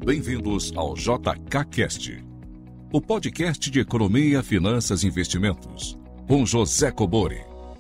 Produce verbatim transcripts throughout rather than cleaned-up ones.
Bem-vindos ao J K Cast, o podcast de economia, finanças e investimentos, com José Cobori.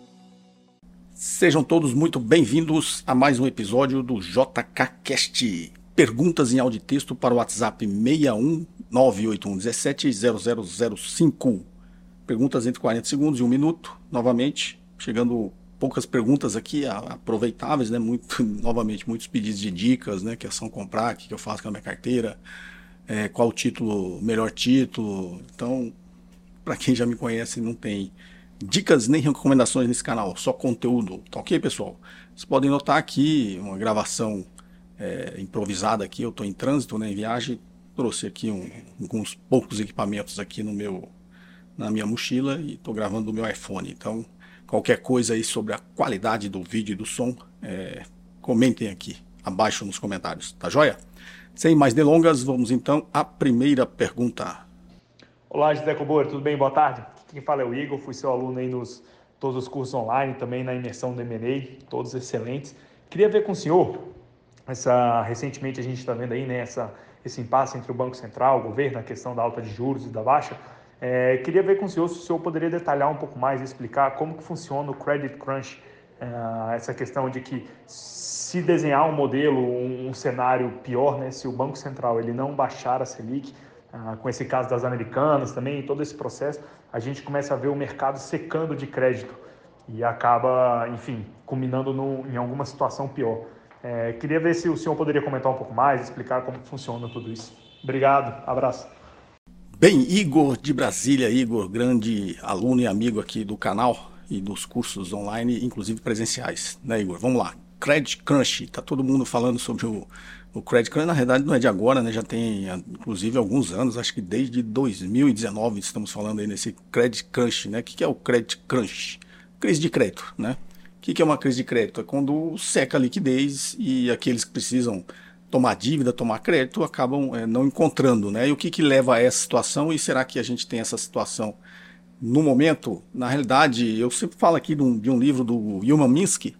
Sejam todos muito bem-vindos a mais um episódio do J K Cast. Perguntas em áudio e texto para o WhatsApp seis um nove oito um um sete zero zero zero cinco. Perguntas entre quarenta segundos e um minuto. Novamente, chegando poucas perguntas aqui aproveitáveis, né? Muito, novamente, muitos pedidos de dicas, né? Que ação comprar, o que eu faço com a minha carteira, é, qual o título, melhor título. Então, para quem já me conhece, não tem dicas nem recomendações nesse canal, só conteúdo. Tá ok, pessoal? Vocês podem notar aqui uma gravação é, improvisada aqui. Eu estou em trânsito, né, em viagem. Trouxe aqui um, alguns poucos equipamentos aqui no meu, na minha mochila e estou gravando do meu iPhone. Então, qualquer coisa aí sobre a qualidade do vídeo e do som, é, comentem aqui abaixo nos comentários, tá joia? Sem mais delongas, vamos então à primeira pergunta. Olá, José Cobori, tudo bem? Boa tarde. Quem fala é o Igor, fui seu aluno aí nos todos os cursos online, também na imersão do M and A, todos excelentes. Queria ver com o senhor, essa, recentemente a gente está vendo aí, né, essa, esse impasse entre o Banco Central, o governo, a questão da alta de juros e da baixa. É, queria ver com o senhor se o senhor poderia detalhar um pouco mais e explicar como que funciona o Credit Crunch, é, essa questão de que se desenhar um modelo, um, um cenário pior, né, se o Banco Central ele não baixar a Selic, ah, com esse caso das americanas também, todo esse processo, a gente começa a ver o mercado secando de crédito e acaba, enfim, culminando no, em alguma situação pior. É, queria ver se o senhor poderia comentar um pouco mais, explicar como funciona tudo isso. Obrigado, abraço. Bem, Igor de Brasília, Igor, grande aluno e amigo aqui do canal e dos cursos online, inclusive presenciais, né, Igor? Vamos lá. Credit Crunch, tá todo mundo falando sobre o, o Credit Crunch, na realidade não é de agora, né? Já tem, inclusive, alguns anos, acho que desde dois mil e dezenove estamos falando aí nesse Credit Crunch, né? O que é o Credit Crunch? Crise de crédito, né? O que é uma crise de crédito? É quando seca a liquidez e aqueles que precisam tomar dívida, tomar crédito, acabam é, não encontrando, né? E o que, que leva a essa situação? E será que a gente tem essa situação no momento? Na realidade, eu sempre falo aqui de um, de um livro do Yuval Minsky,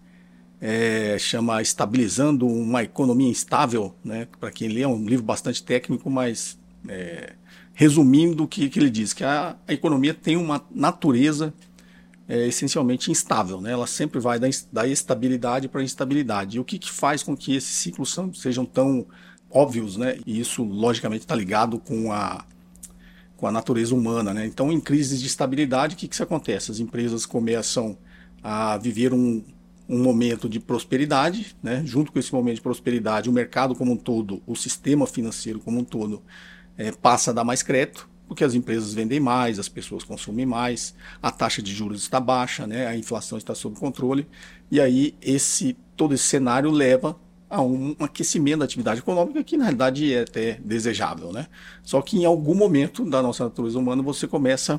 é, chama Estabilizando uma Economia Instável, né? Para quem lê, é um livro bastante técnico, mas é, resumindo o que, que ele diz, que a, a economia tem uma natureza é essencialmente instável, né? Ela sempre vai da, da estabilidade para a instabilidade. E o que, que faz com que esses ciclos são, sejam tão óbvios, né? E isso, logicamente, está ligado com a, com a natureza humana, né? Então, em crises de estabilidade, o que, que acontece? As empresas começam a viver um, um momento de prosperidade, né? Junto com esse momento de prosperidade, o mercado como um todo, o sistema financeiro como um todo, é, passa a dar mais crédito, porque as empresas vendem mais, as pessoas consomem mais, a taxa de juros está baixa, né? A inflação está sob controle, e aí esse, todo esse cenário leva a um aquecimento da atividade econômica que na realidade é até desejável, né? Só que em algum momento da nossa natureza humana você começa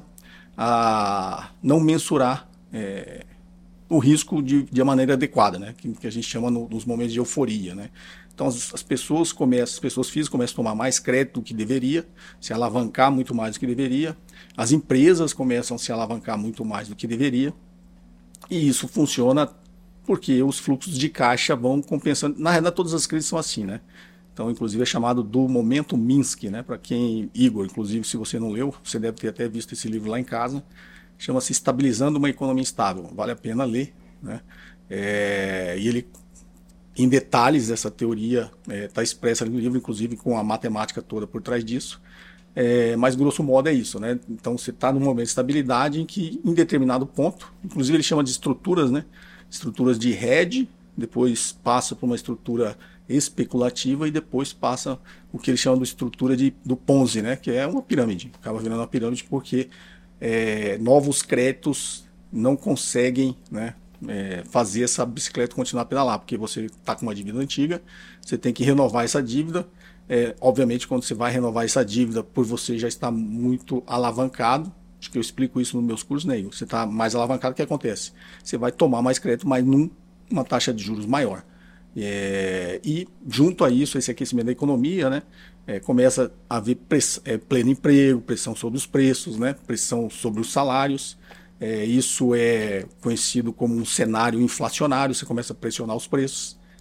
a não mensurar é, o risco de, de maneira adequada, né? Que, que a gente chama no, nos momentos de euforia, né? Então as, as pessoas começam, as pessoas físicas começam a tomar mais crédito do que deveria, se alavancar muito mais do que deveria, as empresas começam a se alavancar muito mais do que deveria, e isso funciona porque os fluxos de caixa vão compensando. Na realidade, todas as crises são assim, né? Então, inclusive, é chamado do momento Minsky, né? Para quem, Igor, inclusive, se você não leu, você deve ter até visto esse livro lá em casa, chama-se Estabilizando uma Economia Instável, vale a pena ler, né? É, e ele, em detalhes, essa teoria está é, expressa no livro, inclusive com a matemática toda por trás disso, é, mas grosso modo é isso, né? Então você está num momento de estabilidade em que, em determinado ponto, inclusive ele chama de estruturas, né? Estruturas de hedge, depois passa para uma estrutura especulativa e depois passa o que ele chama de estrutura de, do Ponzi, né? Que é uma pirâmide, acaba virando uma pirâmide porque é, novos créditos não conseguem, né? É, fazer essa bicicleta continuar a pedalar, porque você está com uma dívida antiga, você tem que renovar essa dívida. É, obviamente, quando você vai renovar essa dívida, por você já está muito alavancado, acho que eu explico isso nos meus cursos, né, Igor? Você está mais alavancado, o que acontece? Você vai tomar mais crédito, mas numa taxa de juros maior. É, e junto a isso, esse aquecimento da economia, né, é, começa a haver press, é, pleno emprego, pressão sobre os preços, né, pressão sobre os salários. É, isso é conhecido como um cenário inflacionário, você começa a pressionar os preços,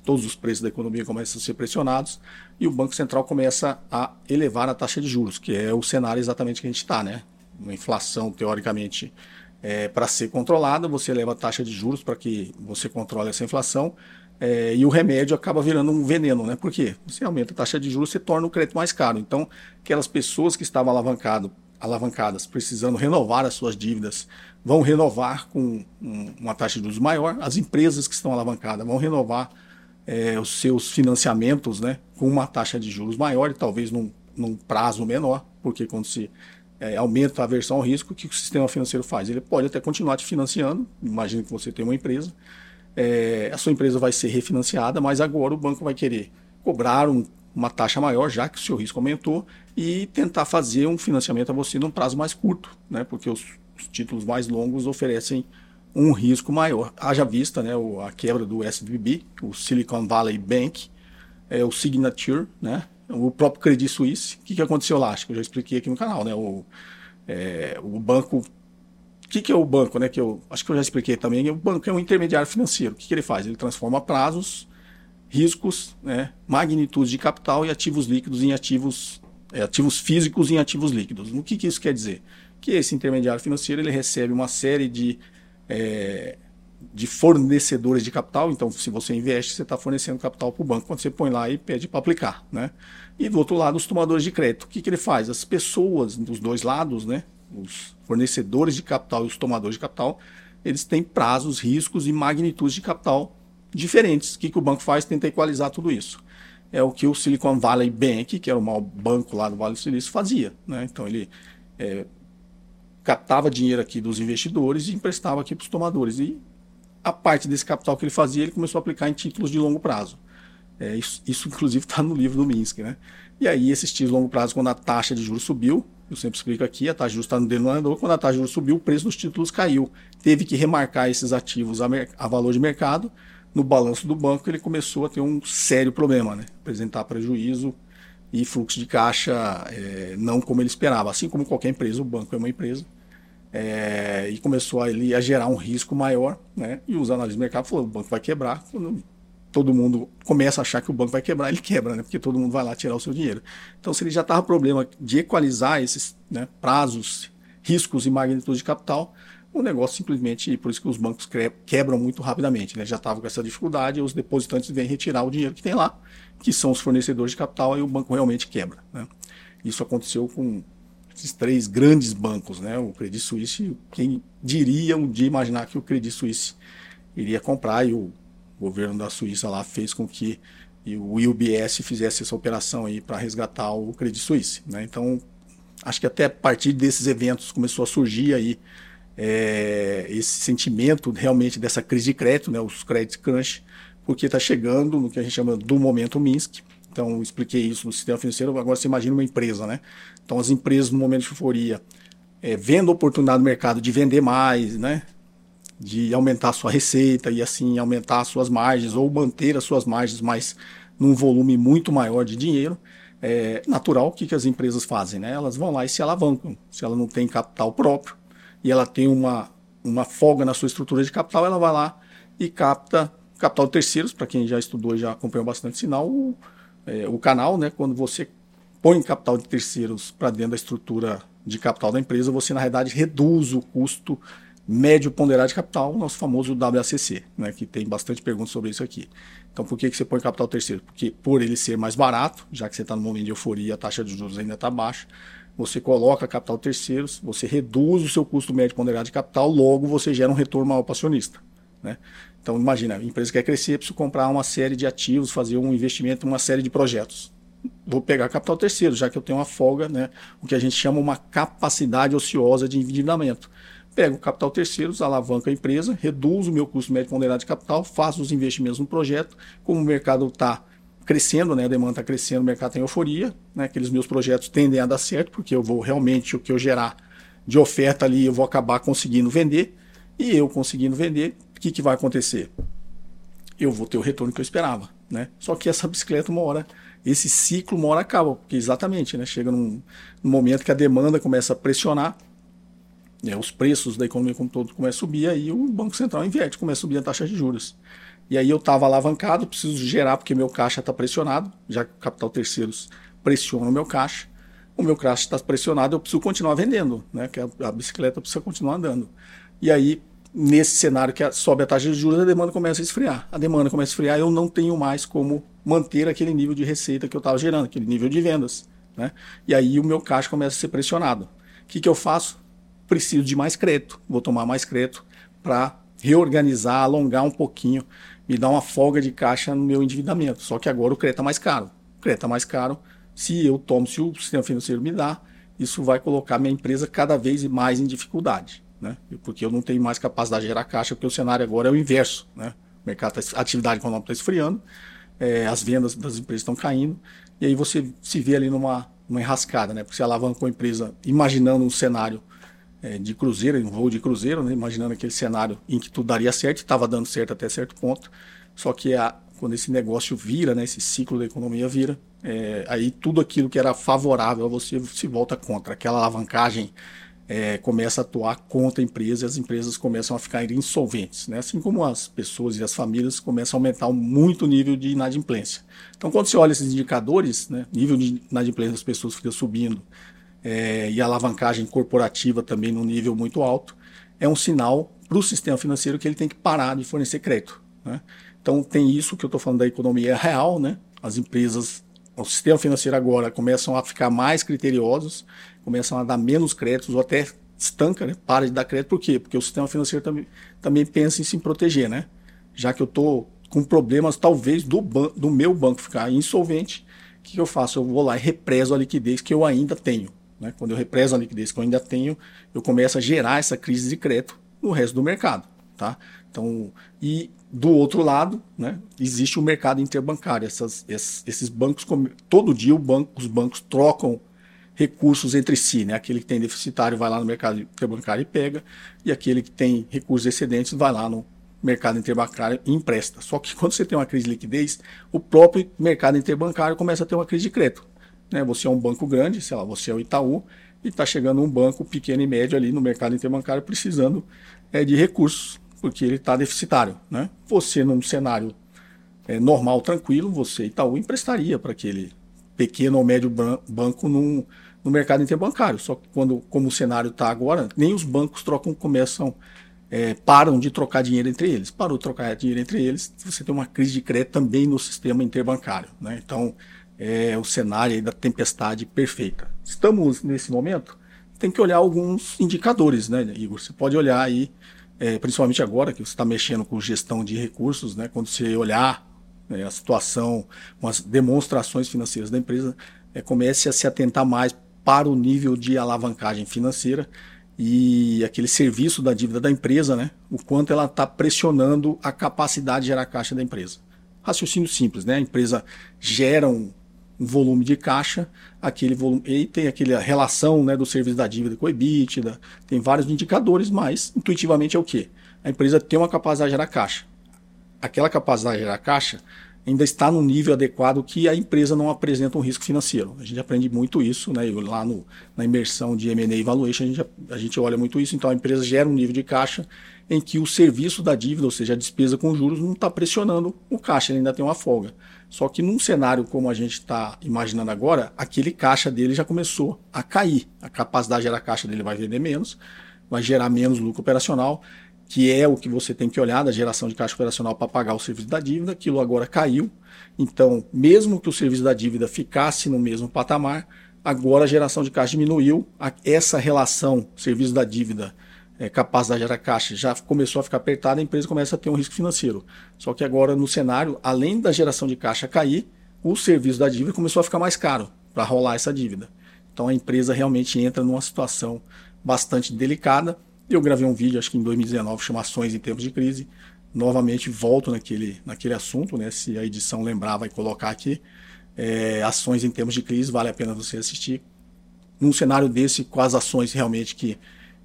todos os preços da economia começam a ser pressionados e o Banco Central começa a elevar a taxa de juros, que é o cenário exatamente que a gente está, né? Uma inflação, teoricamente, é, para ser controlada, você eleva a taxa de juros para que você controle essa inflação, é, e o remédio acaba virando um veneno, né? Por quê? Você aumenta a taxa de juros, você torna o crédito mais caro. Então, aquelas pessoas que estavam alavancado, alavancadas, precisando renovar as suas dívidas, vão renovar com um, uma taxa de juros maior. As empresas que estão alavancadas vão renovar é, os seus financiamentos, né, com uma taxa de juros maior e talvez num, num prazo menor, porque quando se é, aumenta a aversão ao risco, o que o sistema financeiro faz? Ele pode até continuar te financiando. Imagine que você tem uma empresa, é, a sua empresa vai ser refinanciada, mas agora o banco vai querer cobrar um, uma taxa maior, já que o seu risco aumentou, e tentar fazer um financiamento a você num prazo mais curto, né? Porque os, os títulos mais longos oferecem um risco maior. Haja vista, né, o, a quebra do S V B, o Silicon Valley Bank, é, o Signature, né, o próprio Credit Suisse. O que, que aconteceu lá? Acho que eu já expliquei aqui no canal, né? O, é, o banco... O que, que é o banco, né? Que eu acho que eu já expliquei também. O banco é um intermediário financeiro. O que, que ele faz? Ele transforma prazos, riscos, né, magnitude de capital e ativos líquidos em ativos, é, ativos físicos em ativos líquidos. O que, que isso quer dizer? Que esse intermediário financeiro ele recebe uma série de, é, de fornecedores de capital. Então, se você investe, você está fornecendo capital para o banco quando você põe lá e pede para aplicar, né? E do outro lado, os tomadores de crédito. O que, que ele faz? As pessoas dos dois lados, né, os fornecedores de capital e os tomadores de capital, eles têm prazos, riscos e magnitudes de capital diferentes. O que, que o banco faz? Tenta equalizar tudo isso. É o que o Silicon Valley Bank, que era o maior banco lá do Vale do Silício, fazia, né? Então ele é, captava dinheiro aqui dos investidores e emprestava aqui para os tomadores. E a parte desse capital que ele fazia, ele começou a aplicar em títulos de longo prazo. É, isso, isso, inclusive, está no livro do Minsky, né? E aí, esses títulos de longo prazo, quando a taxa de juros subiu, eu sempre explico aqui, a taxa de juros está no denominador, quando a taxa de juros subiu, o preço dos títulos caiu. Teve que remarcar esses ativos a, a valor de mercado. No balanço do banco, ele começou a ter um sério problema, né? Apresentar prejuízo e fluxo de caixa é, não como ele esperava. Assim como qualquer empresa, o banco é uma empresa. É, e começou a, ele, a gerar um risco maior, né? E os analistas do mercado falaram, o banco vai quebrar. Quando todo mundo começa a achar que o banco vai quebrar, ele quebra, né? Porque todo mundo vai lá tirar o seu dinheiro. Então, se ele já estava problema de equalizar esses, né, prazos, riscos e magnitude de capital, o negócio simplesmente, por isso que os bancos quebram muito rapidamente, né? Já estavam com essa dificuldade, e os depositantes vêm retirar o dinheiro que tem lá, que são os fornecedores de capital, e o banco realmente quebra, né? Isso aconteceu com esses três grandes bancos, né? O Credit Suisse, quem diria um dia imaginar que o Credit Suisse iria comprar, e o governo da Suíça lá fez com que o U B S fizesse essa operação aí para resgatar o Credit Suisse, né? Então, acho que até a partir desses eventos começou a surgir aí É, esse sentimento realmente dessa crise de crédito, né, os credit crunch, porque está chegando no que a gente chama do momento Minsky. Então, eu expliquei isso no sistema financeiro. Agora você imagina uma empresa, né? Então, as empresas no momento de euforia, é, vendo a oportunidade no mercado de vender mais, né, de aumentar a sua receita e assim aumentar as suas margens ou manter as suas margens, mas num volume muito maior de dinheiro, é natural. O que, que as empresas fazem, né? Elas vão lá e se alavancam. Se ela não tem capital próprio e ela tem uma, uma folga na sua estrutura de capital, ela vai lá e capta capital de terceiros. Para quem já estudou e já acompanhou bastante sinal, o, é, o canal, né, quando você põe capital de terceiros para dentro da estrutura de capital da empresa, você na realidade reduz o custo médio ponderado de capital, o nosso famoso W A C C, né, que tem bastante perguntas sobre isso aqui. Então, por que, que você põe capital terceiro? Porque por ele ser mais barato, já que você está no momento de euforia e a taxa de juros ainda está baixa, você coloca capital terceiros, você reduz o seu custo médio ponderado de capital, logo você gera um retorno maior para o acionista, né? Então, imagina, a empresa quer crescer, precisa comprar uma série de ativos, fazer um investimento em uma série de projetos. Vou pegar capital terceiro, já que eu tenho uma folga, né, o que a gente chama uma capacidade ociosa de endividamento. Pego o capital terceiros, alavanco a empresa, reduzo o meu custo médio ponderado de capital, faço os investimentos no projeto. Como o mercado está crescendo, né, a demanda está crescendo, o mercado tem euforia, né, aqueles meus projetos tendem a dar certo, porque eu vou realmente, o que eu gerar de oferta ali, eu vou acabar conseguindo vender, e eu conseguindo vender, o que, que vai acontecer? Eu vou ter o retorno que eu esperava, né? Só que essa bicicleta uma hora, esse ciclo uma hora acaba, porque exatamente, né, chega num, num momento que a demanda começa a pressionar, né, os preços da economia como todo começam a subir, aí o Banco Central inverte, começa a subir a taxa de juros. E aí eu estava alavancado, preciso gerar porque meu caixa está pressionado, já que o capital terceiros pressiona o meu caixa. O meu caixa está pressionado, eu preciso continuar vendendo, né? Que a, a bicicleta precisa continuar andando. E aí, nesse cenário que sobe a taxa de juros, a demanda começa a esfriar. A demanda começa a esfriar, eu não tenho mais como manter aquele nível de receita que eu estava gerando, aquele nível de vendas, né? E aí o meu caixa começa a ser pressionado. O que, que eu faço? Preciso de mais crédito. Vou tomar mais crédito para reorganizar, alongar um pouquinho, me dar uma folga de caixa no meu endividamento. Só que agora o crédito está mais caro. O crédito está mais caro. Se eu tomo, se o sistema financeiro me dá, isso vai colocar minha empresa cada vez mais em dificuldade, né? Porque eu não tenho mais capacidade de gerar caixa, porque o cenário agora é o inverso, né? O mercado, a atividade econômica está esfriando, é, as vendas das empresas estão caindo, e aí você se vê ali numa, numa enrascada, né? Porque você alavancou a empresa imaginando um cenário é, de cruzeiro, um voo de cruzeiro, né? Imaginando aquele cenário em que tudo daria certo, estava dando certo até certo ponto, só que a, quando esse negócio vira, né? Esse ciclo da economia vira, é, aí tudo aquilo que era favorável a você se volta contra, aquela alavancagem É, começa a atuar contra a empresa e as empresas começam a ficar insolventes, né? Assim como as pessoas e as famílias começam a aumentar muito o nível de inadimplência. Então, quando você olha esses indicadores, né, nível de inadimplência das pessoas fica subindo é, e a alavancagem corporativa também num nível muito alto, é um sinal para o sistema financeiro que ele tem que parar de fornecer crédito, né? Então, tem isso que eu estou falando da economia real, né? As empresas, o sistema financeiro agora começam a ficar mais criteriosos, começam a dar menos créditos ou até estanca, né? Para de dar crédito. Por quê? Porque o sistema financeiro também, também pensa em se proteger, né? Já que eu estou com problemas, talvez, do, ban- do meu banco ficar insolvente, o que, que eu faço? Eu vou lá e represo a liquidez que eu ainda tenho, né? Quando eu represo a liquidez que eu ainda tenho, eu começo a gerar essa crise de crédito no resto do mercado, tá? Então, e do outro lado, né, existe o mercado interbancário. Essas, esses, esses bancos, todo dia o banco, os bancos trocam recursos entre si, né? Aquele que tem deficitário vai lá no mercado interbancário e pega, e aquele que tem recursos excedentes vai lá no mercado interbancário e empresta. Só que quando você tem uma crise de liquidez, o próprio mercado interbancário começa a ter uma crise de crédito, né? Você é um banco grande, sei lá, você é o Itaú, e está chegando um banco pequeno e médio ali no mercado interbancário precisando é, de recursos, porque ele está deficitário, né? Você, num cenário é, normal, tranquilo, você, Itaú, emprestaria para aquele pequeno ou médio banco num, no mercado interbancário. Só que quando, como o cenário está agora, nem os bancos trocam, começam, é, param de trocar dinheiro entre eles. Parou de trocar dinheiro entre eles, você tem uma crise de crédito também no sistema interbancário, né? Então, é o cenário aí da tempestade perfeita. Estamos nesse momento, tem que olhar alguns indicadores, né, Igor? Você pode olhar aí, é, principalmente agora que você está mexendo com gestão de recursos, né? Quando você olhar é, a situação, com as demonstrações financeiras da empresa, é, comece a se atentar mais para o nível de alavancagem financeira e aquele serviço da dívida da empresa, né? O quanto ela está pressionando a capacidade de gerar caixa da empresa. Raciocínio simples, né? A empresa gera um, um volume de caixa, aquele volume, e tem aquela relação, né, do serviço da dívida com o EBITDA, tem vários indicadores, mas intuitivamente é o quê? A empresa tem uma capacidade de gerar caixa. Aquela capacidade de gerar caixa ainda está no nível adequado que a empresa não apresenta um risco financeiro. A gente aprende muito isso, né? Lá no, na imersão de M and A Evaluation, a gente, a gente olha muito isso. Então, a empresa gera um nível de caixa em que o serviço da dívida, ou seja, a despesa com juros, não está pressionando o caixa, ele ainda tem uma folga. Só que num cenário como a gente está imaginando agora, aquele caixa dele já começou a cair. A capacidade de gerar caixa dele vai vender menos, vai gerar menos lucro operacional, que é o que você tem que olhar da geração de caixa operacional para pagar o serviço da dívida. Aquilo agora caiu. Então, mesmo que o serviço da dívida ficasse no mesmo patamar, agora a geração de caixa diminuiu. Essa relação serviço da dívida, é, capacidade de gerar caixa, já começou a ficar apertada, a empresa começa a ter um risco financeiro. Só que agora, no cenário, além da geração de caixa cair, o serviço da dívida começou a ficar mais caro para rolar essa dívida. Então, a empresa realmente entra numa situação bastante delicada. Eu gravei um vídeo, acho que em dois mil e dezenove, chama Ações em Tempos de Crise. Novamente volto naquele, naquele assunto, né? Se a edição lembrar, vai colocar aqui. É, ações em Tempos de Crise, vale a pena você assistir. Num cenário desse, com as ações realmente que,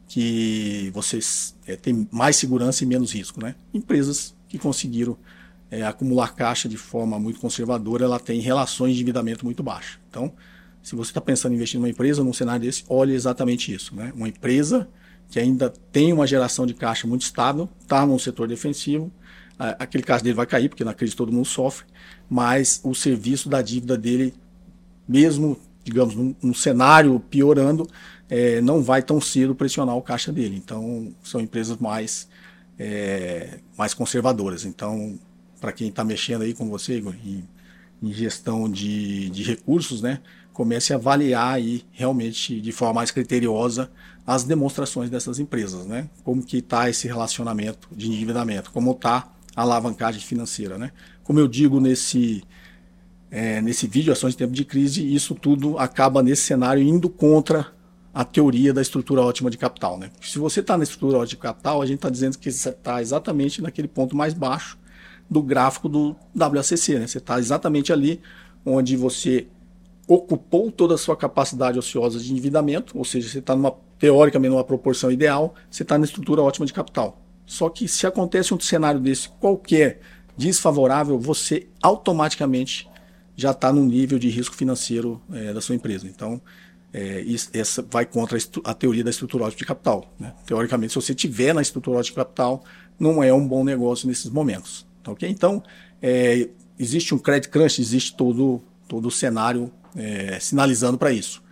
que vocês é, têm mais segurança e menos risco, né? Empresas que conseguiram é, acumular caixa de forma muito conservadora, ela tem relações de endividamento muito baixas. Então, se você está pensando em investir numa empresa, num cenário desse, olhe exatamente isso, né? Uma empresa que ainda tem uma geração de caixa muito estável, está num setor defensivo, aquele caixa dele vai cair, porque na crise todo mundo sofre, mas o serviço da dívida dele, mesmo, digamos, num, num cenário piorando, é, não vai tão cedo pressionar o caixa dele. Então, são empresas mais, é, mais conservadoras. Então, para quem está mexendo aí com você, Igor, em, em gestão de, de recursos, né, comece a avaliar aí realmente de forma mais criteriosa as demonstrações dessas empresas, né? Como que está esse relacionamento de endividamento, como está a alavancagem financeira, né? Como eu digo nesse, é, nesse vídeo, ações em tempo de crise, isso tudo acaba nesse cenário indo contra a teoria da estrutura ótima de capital, né? Se você está na estrutura ótima de capital, a gente está dizendo que você está exatamente naquele ponto mais baixo do gráfico do W A C C, né? Você está exatamente ali onde você ocupou toda a sua capacidade ociosa de endividamento, ou seja, você está numa, teoricamente numa proporção ideal, você está na estrutura ótima de capital. Só que se acontece um cenário desse qualquer desfavorável, você automaticamente já está no nível de risco financeiro é, da sua empresa. Então, é, isso, essa vai contra a, a teoria da estrutura ótima de capital, né? Teoricamente, se você tiver na estrutura ótima de capital, não é um bom negócio nesses momentos. Tá, okay? Então, é, existe um credit crunch, existe todo, todo o cenário É, sinalizando para isso.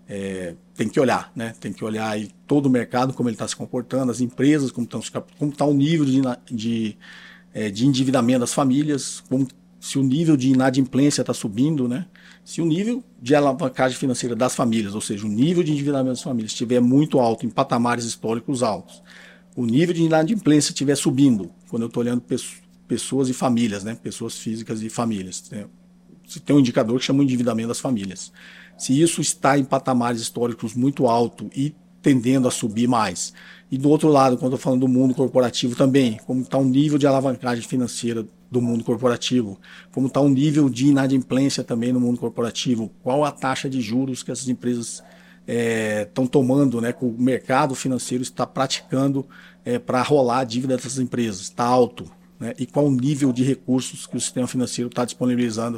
É, tem que olhar, né? Tem que olhar aí todo o mercado, como ele está se comportando, as empresas, como está o nível de, de, é, de endividamento das famílias, como, se o nível de inadimplência está subindo, né? Se o nível de alavancagem financeira das famílias, ou seja, o nível de endividamento das famílias estiver muito alto, em patamares históricos altos, o nível de inadimplência estiver subindo, quando eu estou olhando pessoas e famílias, né? Pessoas físicas e famílias, né? Você tem um indicador que chama de endividamento das famílias. Se isso está em patamares históricos muito alto e tendendo a subir mais. E do outro lado, quando eu estou falando do mundo corporativo também, como está o nível de alavancagem financeira do mundo corporativo, como está o nível de inadimplência também no mundo corporativo, qual a taxa de juros que essas empresas estão é, tomando, né, que o mercado financeiro está praticando é, para rolar a dívida dessas empresas, está alto, né, e qual o nível de recursos que o sistema financeiro está disponibilizando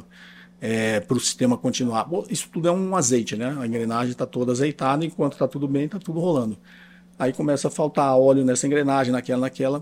É, para o sistema continuar. Bom, isso tudo é um azeite, né? A engrenagem está toda azeitada, enquanto está tudo bem, está tudo rolando. Aí começa a faltar óleo nessa engrenagem, naquela, naquela,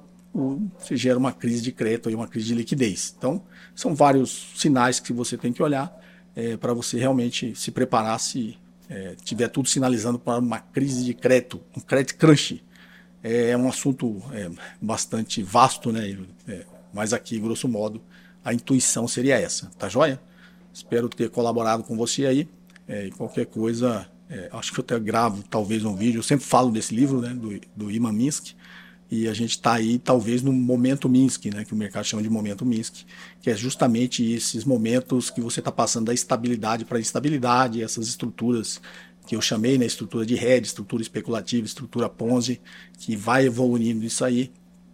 se gera uma crise de crédito e uma crise de liquidez. Então, são vários sinais que você tem que olhar é, para você realmente se preparar se é, tiver tudo sinalizando para uma crise de crédito, um credit crunch. É, é um assunto é, bastante vasto, né? É, mas aqui, grosso modo, a intuição seria essa, tá joia? Espero ter colaborado com você aí. É, qualquer coisa, é, acho que eu até gravo talvez um vídeo. Eu sempre falo desse livro, né, do, do Iman Minsky. E a gente está aí talvez no momento Minsky, né, que o mercado chama de momento Minsky, que é justamente esses momentos que você está passando da estabilidade para a instabilidade, essas estruturas que eu chamei, né, estrutura de hedge, estrutura especulativa, estrutura Ponzi, que vai evoluindo isso aí.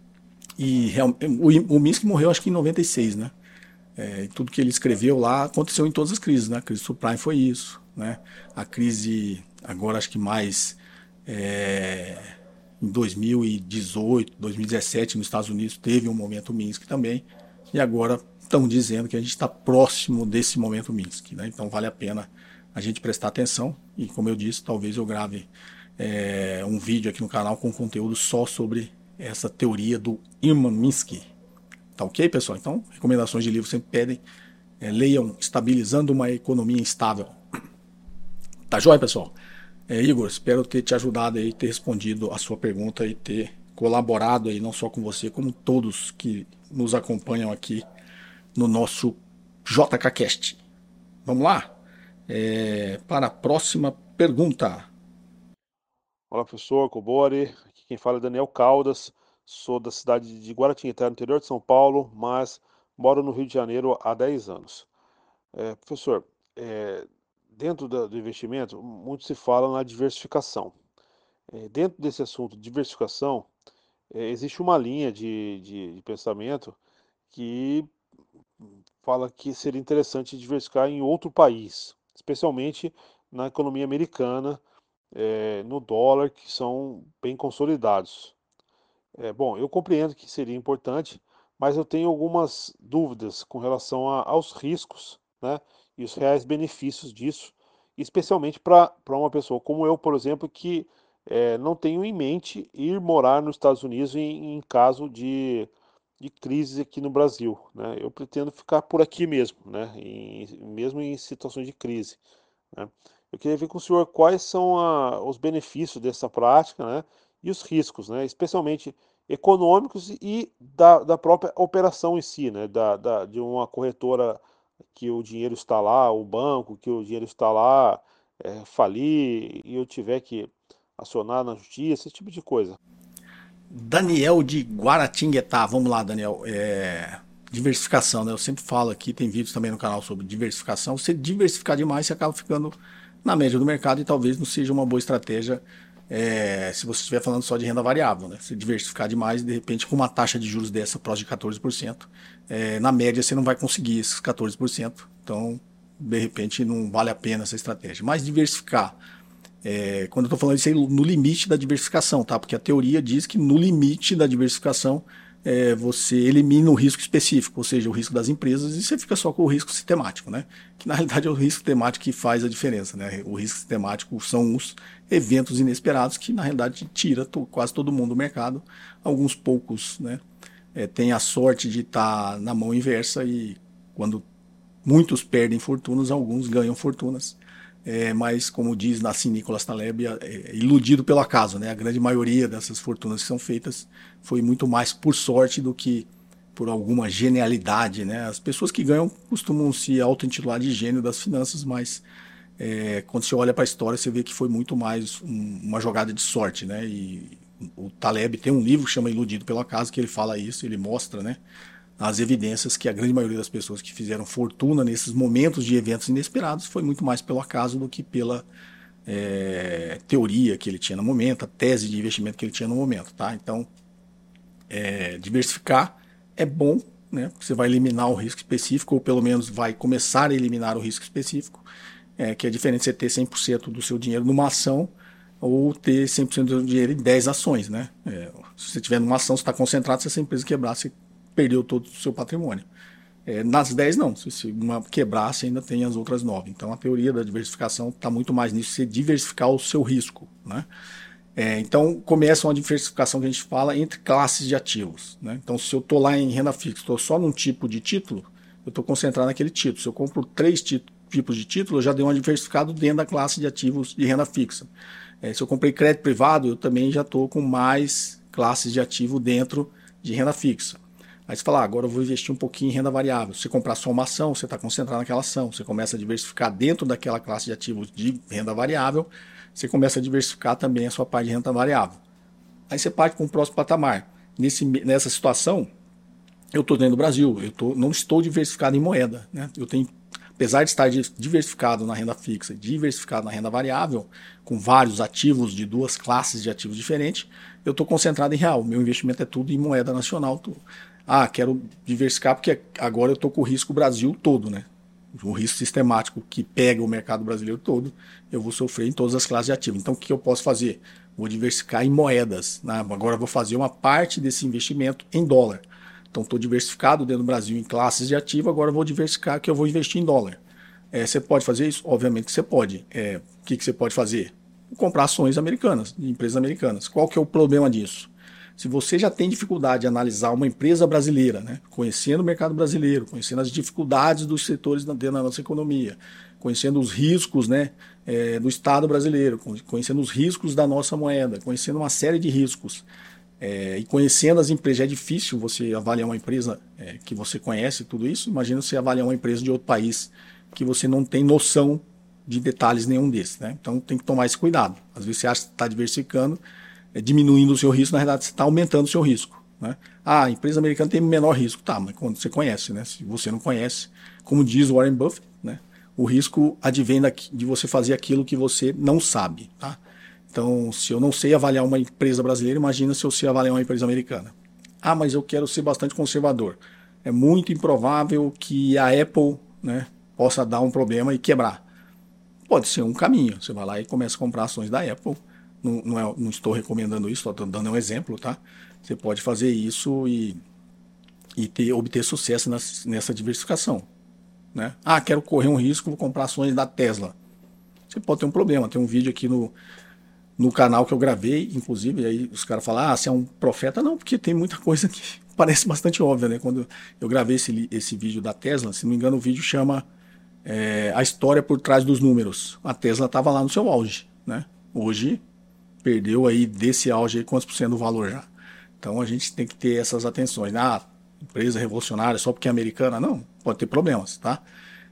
E o, o Minsky morreu acho que em noventa e seis, né? É, tudo que ele escreveu lá aconteceu em todas as crises, né? A crise subprime foi isso, né? A crise, agora acho que mais é, em dois mil e dezoito, dois mil e dezessete nos Estados Unidos teve um momento Minsky também, e agora estão dizendo que a gente está próximo desse momento Minsky, né? Então vale a pena a gente prestar atenção e, como eu disse, talvez eu grave é, um vídeo aqui no canal com conteúdo só sobre essa teoria do Iman Minsky. Tá ok, pessoal? Então, recomendações de livro sempre pedem. É, leiam Estabilizando uma Economia Instável. Tá jóia, pessoal? É, Igor, espero ter te ajudado aí, ter respondido a sua pergunta e ter colaborado aí, não só com você, como todos que nos acompanham aqui no nosso J K Cast. Vamos lá? É, para a próxima pergunta. Olá, professor Cobori. Aqui quem fala é Daniel Caldas. Sou da cidade de Guaratinguetá, no interior de São Paulo, mas moro no Rio de Janeiro há dez anos. É, professor, é, dentro da, do investimento, muito se fala na diversificação. É, dentro desse assunto, diversificação, é, existe uma linha de, de, de pensamento que fala que seria interessante diversificar em outro país, especialmente na economia americana, é, no dólar, que são bem consolidados. É, bom, eu compreendo que seria importante, mas eu tenho algumas dúvidas com relação a- aos riscos, né, e os reais benefícios disso, especialmente para para uma pessoa como eu, por exemplo, que é, não tenho em mente ir morar nos Estados Unidos em, em caso de de crises aqui no Brasil, né? Eu pretendo ficar por aqui mesmo, né? Em, mesmo em situações de crise, né? Eu queria ver com o senhor quais são a, os benefícios dessa prática, né? E os riscos, né? Especialmente econômicos e da, da própria operação em si, né? Da, da, de uma corretora que o dinheiro está lá, o banco que o dinheiro está lá, é, falir e eu tiver que acionar na justiça, esse tipo de coisa. Daniel de Guaratinguetá, vamos lá, Daniel. É, diversificação, né? Eu sempre falo aqui, tem vídeos também no canal sobre diversificação. Se diversificar demais, você acaba ficando na média do mercado e talvez não seja uma boa estratégia é, se você estiver falando só de renda variável, né? Se diversificar demais, de repente, com uma taxa de juros dessa, próxima de quatorze por cento, é, na média você não vai conseguir esses quatorze por cento. Então, de repente, não vale a pena essa estratégia. Mas diversificar. É, quando eu estou falando isso aí, no limite da diversificação, tá? Porque a teoria diz que no limite da diversificação é, você elimina o risco específico, ou seja, o risco das empresas, e você fica só com o risco sistemático, né? Que na realidade é o risco temático que faz a diferença, né? O risco sistemático são os eventos inesperados que na realidade tira to, quase todo mundo do mercado, alguns poucos, né? É, tem a sorte de estar tá na mão inversa e quando muitos perdem fortunas, alguns ganham fortunas. É, mas, como diz Nassim Nicholas Taleb, é, é iludido pelo acaso, né? A grande maioria dessas fortunas que são feitas foi muito mais por sorte do que por alguma genialidade, né? As pessoas que ganham costumam se auto-intitular de gênio das finanças, mas é, quando você olha para a história, você vê que foi muito mais um, uma jogada de sorte, né? E o Taleb tem um livro que chama Iludido pelo Acaso, que ele fala isso, ele mostra, né? As evidências que a grande maioria das pessoas que fizeram fortuna nesses momentos de eventos inesperados foi muito mais pelo acaso do que pela é, teoria que ele tinha no momento, a tese de investimento que ele tinha no momento, tá? Então, é, diversificar é bom, né? Porque você vai eliminar o risco específico, ou pelo menos vai começar a eliminar o risco específico, é, que é diferente de você ter cem por cento do seu dinheiro numa ação ou ter cem por cento do seu dinheiro em dez ações, né? É, se você tiver numa ação, você está concentrado, se essa empresa quebrar, você perdeu todo o seu patrimônio. É, nas dez não, se uma quebrar, você ainda tem as outras nove. Então a teoria da diversificação está muito mais nisso, você diversificar o seu risco, né? É, então começa uma diversificação que a gente fala entre classes de ativos, né? Então se eu estou lá em renda fixa, estou só num tipo de título, eu estou concentrado naquele título. Se eu compro três tipos de título, eu já dei uma diversificada dentro da classe de ativos de renda fixa. É, se eu comprei crédito privado, eu também já estou com mais classes de ativo dentro de renda fixa. Aí você fala, ah, agora eu vou investir um pouquinho em renda variável. Se você comprar só uma ação, você está concentrado naquela ação. Você começa a diversificar dentro daquela classe de ativos de renda variável, você começa a diversificar também a sua parte de renda variável. Aí você parte para o próximo patamar. Nesse, nessa situação, eu estou dentro do Brasil, eu tô, não estou diversificado em moeda, né? Eu tenho, apesar de estar diversificado na renda fixa, diversificado na renda variável, com vários ativos de duas classes de ativos diferentes, eu estou concentrado em real. Meu investimento é tudo em moeda nacional. Tô, ah, quero diversificar porque agora eu estou com o risco Brasil todo, né? O risco sistemático que pega o mercado brasileiro todo, eu vou sofrer em todas as classes de ativos. Então, o que eu posso fazer? Vou diversificar em moedas, né? Agora eu vou fazer uma parte desse investimento em dólar. Então, estou diversificado dentro do Brasil em classes de ativo, agora eu vou diversificar que eu vou investir em dólar. É, você pode fazer isso? Obviamente que você pode. É, o que, que você pode fazer? Comprar ações americanas, de empresas americanas. Qual que é o problema disso? Se você já tem dificuldade de analisar uma empresa brasileira, né, conhecendo o mercado brasileiro, conhecendo as dificuldades dos setores dentro da nossa economia, conhecendo os riscos, né, é, do Estado brasileiro, conhecendo os riscos da nossa moeda, conhecendo uma série de riscos, é, e conhecendo as empresas, já é difícil você avaliar uma empresa é, que você conhece tudo isso. Imagina você avaliar uma empresa de outro país que você não tem noção de detalhes nenhum desses, né? Então tem que tomar esse cuidado. Às vezes você acha que está diversificando, é, diminuindo o seu risco, na verdade você está aumentando o seu risco, né? Ah, a empresa americana tem menor risco. Tá, mas quando você conhece, né? Se você não conhece, como diz o Warren Buffett, né? O risco advém de você fazer aquilo que você não sabe, tá? Então, se eu não sei avaliar uma empresa brasileira, imagina se eu sei avaliar uma empresa americana. Ah, mas eu quero ser bastante conservador. É muito improvável que a Apple, né, possa dar um problema e quebrar. Pode ser um caminho. Você vai lá e começa a comprar ações da Apple. Não, não, é, não estou recomendando isso, estou dando um exemplo, tá? Você pode fazer isso e, e ter, obter sucesso nessa, nessa diversificação, né? Ah, quero correr um risco, vou comprar ações da Tesla. Você pode ter um problema. Tem um vídeo aqui no, no canal que eu gravei, inclusive, aí os caras falam, ah, você é um profeta. Não, porque tem muita coisa que parece bastante óbvia, né? Quando eu gravei esse, esse vídeo da Tesla, se não me engano, o vídeo chama é, A História por Trás dos Números. A Tesla estava lá no seu auge, né? Hoje perdeu aí desse auge aí quantos por cento do valor já. Então a gente tem que ter essas atenções. Ah, empresa revolucionária só porque é americana? Não, pode ter problemas, tá?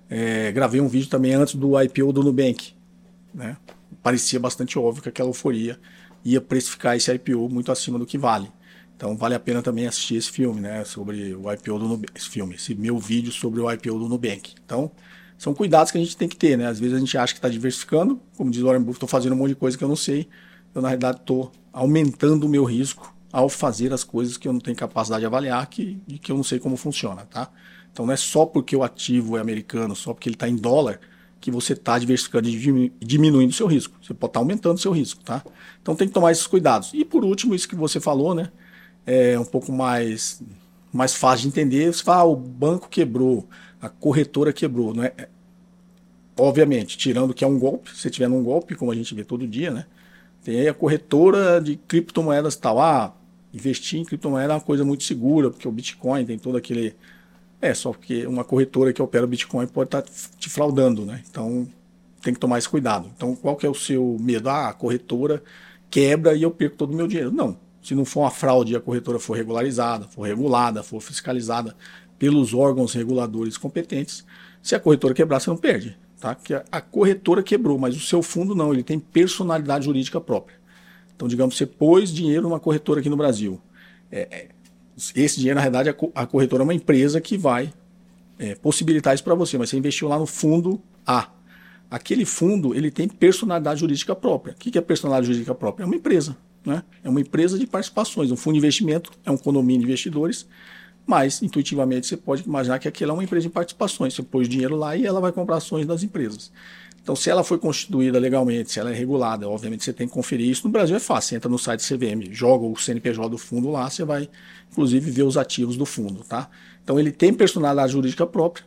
É, gravei um vídeo também antes do I P O do Nubank, né? Parecia bastante óbvio que aquela euforia ia precificar esse I P O muito acima do que vale. Então vale a pena também assistir esse filme, né? Sobre o I P O do Nubank, esse filme, esse meu vídeo sobre o I P O do Nubank. Então são cuidados que a gente tem que ter, né? Às vezes a gente acha que está diversificando, como diz o Warren Buffett, estou fazendo um monte de coisa que eu não sei. Eu na realidade estou aumentando o meu risco ao fazer as coisas que eu não tenho capacidade de avaliar que, e que eu não sei como funciona, tá? Então não é só porque o ativo é americano, só porque ele está em dólar, que você está diversificando e diminuindo o seu risco. Você pode estar tá aumentando o seu risco, tá? Então tem que tomar esses cuidados. E por último, isso que você falou, né? É um pouco mais, mais fácil de entender. Você fala, ah, o banco quebrou, a corretora quebrou, não é? Obviamente, tirando que é um golpe, se tiver num golpe, como a gente vê todo dia, né? Tem aí a corretora de criptomoedas e tal. Ah, investir em criptomoeda é uma coisa muito segura, porque o Bitcoin tem todo aquele... É, só porque uma corretora que opera o Bitcoin pode estar te fraudando, né? Então, tem que tomar esse cuidado. Então, qual que é o seu medo? Ah, a corretora quebra e eu perco todo o meu dinheiro. Não. Se não for uma fraude e a corretora for regularizada, for regulada, for fiscalizada pelos órgãos reguladores competentes, se a corretora quebrar, você não perde, tá? Porque a corretora quebrou, mas o seu fundo não, ele tem personalidade jurídica própria. Então, digamos, você pôs dinheiro numa corretora aqui no Brasil. É, esse dinheiro, na realidade, a corretora é uma empresa que vai é, possibilitar isso para você, mas você investiu lá no fundo A. Aquele fundo, ele tem personalidade jurídica própria. O que é personalidade jurídica própria? É uma empresa, né? É uma empresa de participações. Um fundo de investimento é um condomínio de investidores, mas, intuitivamente, você pode imaginar que aquilo é uma empresa de participações. Você pôs dinheiro lá e ela vai comprar ações das empresas. Então, se ela foi constituída legalmente, se ela é regulada, obviamente você tem que conferir isso. No Brasil é fácil, você entra no site C V M, joga o C N P J do fundo lá, você vai, inclusive, ver os ativos do fundo, tá? Então, ele tem personalidade jurídica própria.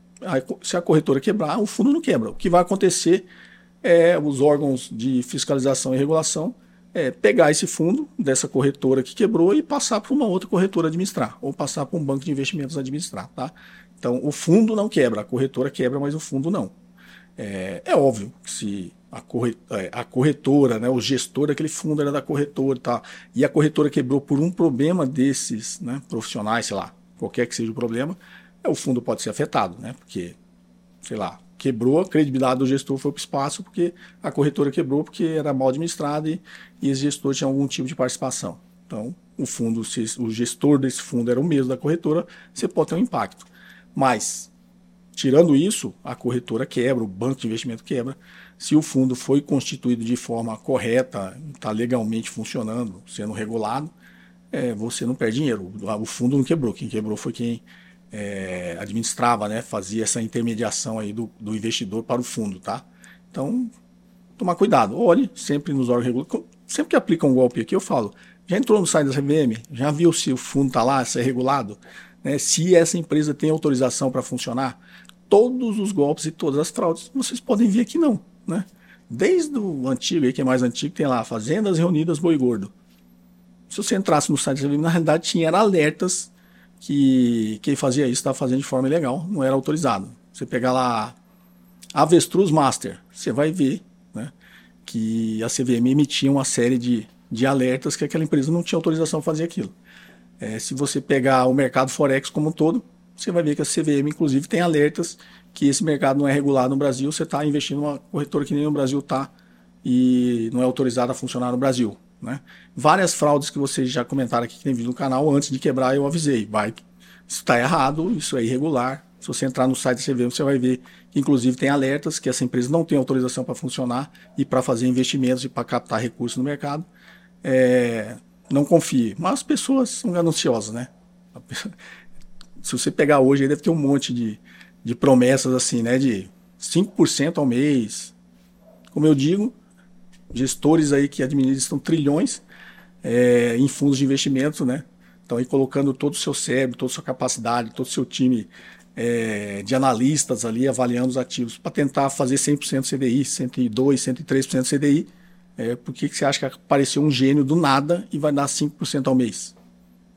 Se a corretora quebrar, o fundo não quebra. O que vai acontecer é os órgãos de fiscalização e regulação é, pegar esse fundo dessa corretora que quebrou e passar para uma outra corretora administrar, ou passar para um banco de investimentos administrar, tá? Então, o fundo não quebra, a corretora quebra, mas o fundo não. É, é óbvio que se a corretora, a corretora, né, o gestor daquele fundo era da corretora, tá, e a corretora quebrou por um problema desses, né, profissionais, sei lá, qualquer que seja o problema, é, o fundo pode ser afetado, né, porque, sei lá, quebrou, a credibilidade do gestor foi para o espaço porque a corretora quebrou porque era mal administrada e, e esse gestor tinha algum tipo de participação. Então, o fundo, se o gestor desse fundo era o mesmo da corretora, você pode ter um impacto. Mas, tirando isso, a corretora quebra, o banco de investimento quebra. Se o fundo foi constituído de forma correta, está legalmente funcionando, sendo regulado, é, você não perde dinheiro. O fundo não quebrou. Quem quebrou foi quem é, administrava, né, fazia essa intermediação aí do, do investidor para o fundo, tá? Então, tomar cuidado. Olhe sempre nos órgãos reguladores. Sempre que aplica um golpe aqui, eu falo, já entrou no site da C V M? Já viu se o fundo está lá, se é regulado? Né, se essa empresa tem autorização para funcionar? Todos os golpes e todas as fraudes, vocês podem ver aqui não, né? Desde o antigo, aí, que é mais antigo, tem lá, Fazendas Reunidas Boi Gordo. Se você entrasse no site da C V M, na realidade tinha era alertas que quem fazia isso estava fazendo de forma ilegal, não era autorizado. Você pegar lá Avestruz Master, você vai ver, né, que a C V M emitia uma série de, de alertas que aquela empresa não tinha autorização para fazer aquilo. É, se você pegar o mercado Forex como um todo, você vai ver que a C V M, inclusive, tem alertas que esse mercado não é regulado no Brasil, você está investindo numa corretora que nem no Brasil está e não é autorizada a funcionar no Brasil, né? Várias fraudes que vocês já comentaram aqui que tem vídeo no canal, antes de quebrar eu avisei, vai, isso está errado, isso é irregular. Se você entrar no site da C V M, você vai ver que, inclusive, tem alertas que essa empresa não tem autorização para funcionar e para fazer investimentos e para captar recursos no mercado. É, não confie, mas as pessoas são gananciosas, né? Se você pegar hoje, aí deve ter um monte de, de promessas assim, né, de cinco por cento ao mês. Como eu digo, gestores aí que administram trilhões é, em fundos de investimento, né? Então, aí colocando todo o seu cérebro, toda a sua capacidade, todo o seu time é, de analistas ali avaliando os ativos para tentar fazer cem por cento C D I, cento e dois por cento, cento e três por cento C D I. É, por que, que você acha que apareceu um gênio do nada e vai dar cinco por cento ao mês?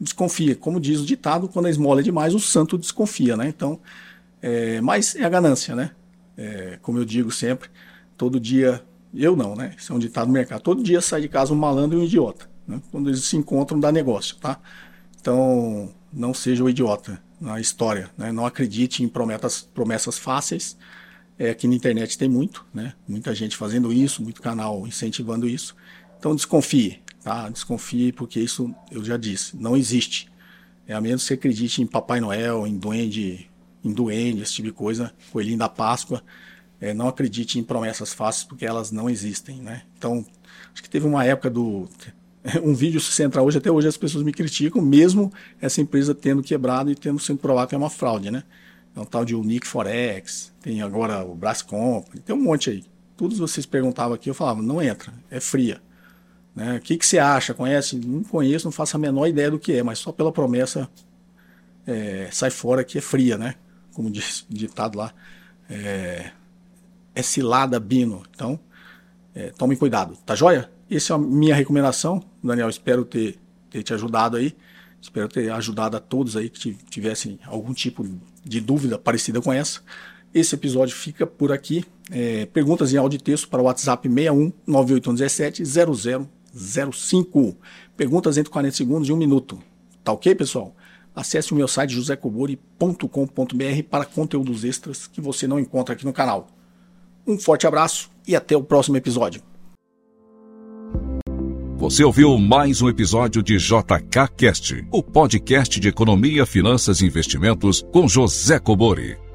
desconfia. Como diz o ditado, quando a esmola é demais, o santo desconfia, né? Então, é, mas é a ganância, né? É, como eu digo sempre, todo dia, eu não, né? Isso é um ditado do mercado. Todo dia sai de casa um malandro e um idiota, né? Quando eles se encontram, dá negócio, tá? Então, não seja o idiota na história, né? Não acredite em promessas, promessas fáceis. É, aqui na internet tem muito, né? Muita gente fazendo isso, muito canal incentivando isso. Então desconfie, tá? Desconfie, porque isso eu já disse, não existe. É a menos que você acredite em Papai Noel, em duende, em duende, esse tipo de coisa, coelhinho da Páscoa. É, não acredite em promessas fáceis, porque elas não existem, né? Então, acho que teve uma época do... Um vídeo, se você entrar hoje, até hoje as pessoas me criticam, mesmo essa empresa tendo quebrado e tendo sido provado que é uma fraude, né? É um tal de Unique Forex, tem agora o Brás Company, tem um monte aí. Todos vocês perguntavam aqui, eu falava, não entra, é fria. Né? O que, que você acha? Conhece? Não conheço, não faço a menor ideia do que é, mas só pela promessa é, sai fora que é fria, né? Como diz o ditado lá. É, é cilada, Bino. Então, é, tome cuidado, tá joia? Essa é a minha recomendação, Daniel, espero ter, ter te ajudado aí. Espero ter ajudado a todos aí que tivessem algum tipo de dúvida parecida com essa. Esse episódio fica por aqui. É, perguntas em áudio e texto para o WhatsApp seis um nove oito um um sete zero zero zero cinco. Perguntas entre quarenta segundos e um minuto. Tá ok, pessoal? Acesse o meu site josé cobori ponto com ponto b r para conteúdos extras que você não encontra aqui no canal. Um forte abraço e até o próximo episódio. Você ouviu mais um episódio de J K Cast, o podcast de economia, finanças e investimentos com José Cobori.